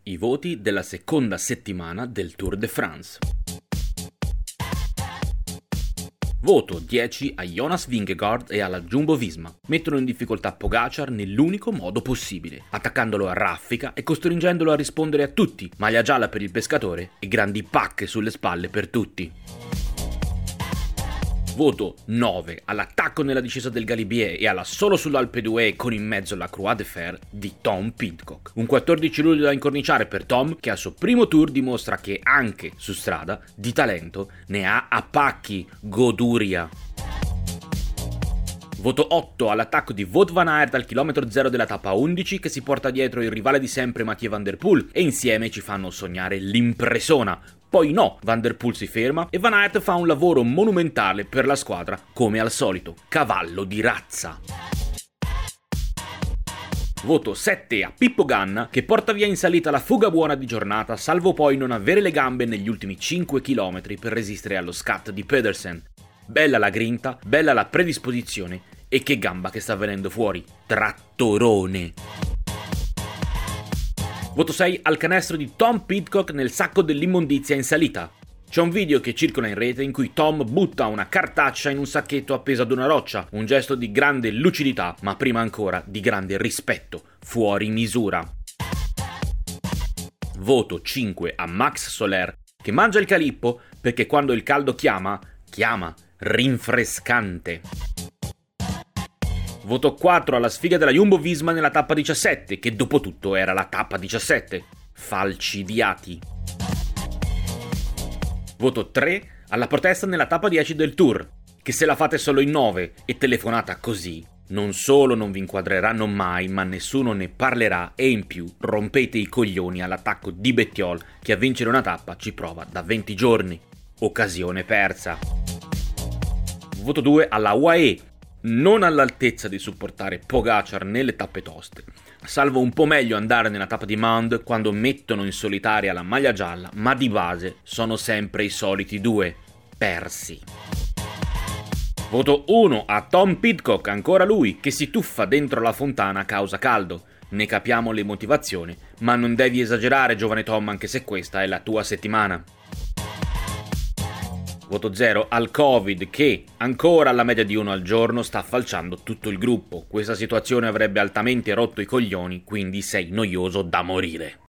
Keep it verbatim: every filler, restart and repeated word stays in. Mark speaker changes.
Speaker 1: I voti della seconda settimana del Tour de France. Voto dieci a Jonas Vingegaard e alla Jumbo-Visma. Mettono in difficoltà Pogačar nell'unico modo possibile, attaccandolo a raffica e costringendolo a rispondere a tutti, maglia gialla per il pescatore e grandi pacche sulle spalle per tutti. Voto nove all'attacco nella discesa del Galibier e alla solo sull'Alpe d'Huez con in mezzo la Croix de Fer di Tom Pidcock. Un quattordici luglio da incorniciare per Tom, che al suo primo tour dimostra che anche su strada di talento ne ha a pacchi. Goduria. Voto otto all'attacco di Wout van Aert al chilometro zero della tappa undici, che si porta dietro il rivale di sempre Mathieu van der Poel e insieme ci fanno sognare l'impresona. Poi no, Van der Poel si ferma e Van Aert fa un lavoro monumentale per la squadra, come al solito, cavallo di razza. Voto sette a Pippo Ganna, che porta via in salita la fuga buona di giornata, salvo poi non avere le gambe negli ultimi cinque chilometri per resistere allo scat di Pedersen. Bella la grinta, bella la predisposizione e che gamba che sta venendo fuori. Trattorone. Voto sei al canestro di Tom Pidcock nel sacco dell'immondizia in salita. C'è un video che circola in rete in cui Tom butta una cartaccia in un sacchetto appeso ad una roccia, un gesto di grande lucidità, ma prima ancora di grande rispetto, fuori misura. Voto cinque a Max Soler, che mangia il calippo perché quando il caldo chiama, chiama rinfrescante. Voto quattro alla sfiga della Jumbo-Visma nella tappa diciassette, che dopo tutto era la tappa diciassette. Falcidiati. Voto tre alla protesta nella tappa dieci del Tour, che se la fate solo in nove e telefonata così, non solo non vi inquadreranno mai, ma nessuno ne parlerà e in più rompete i coglioni all'attacco di Bettiol, che a vincere una tappa ci prova da venti giorni. Occasione persa. Voto due alla U A E, non all'altezza di supportare Pogačar nelle tappe toste, salvo un po' meglio andare nella tappa di Mende quando mettono in solitaria la maglia gialla, ma di base sono sempre i soliti due, persi. Voto uno a Tom Pidcock, ancora lui, che si tuffa dentro la fontana a causa caldo. Ne capiamo le motivazioni, ma non devi esagerare, giovane Tom, anche se questa è la tua settimana. Voto zero al Covid, che, ancora alla media di uno al giorno, sta falciando tutto il gruppo. Questa situazione avrebbe altamente rotto i coglioni, quindi sei noioso da morire.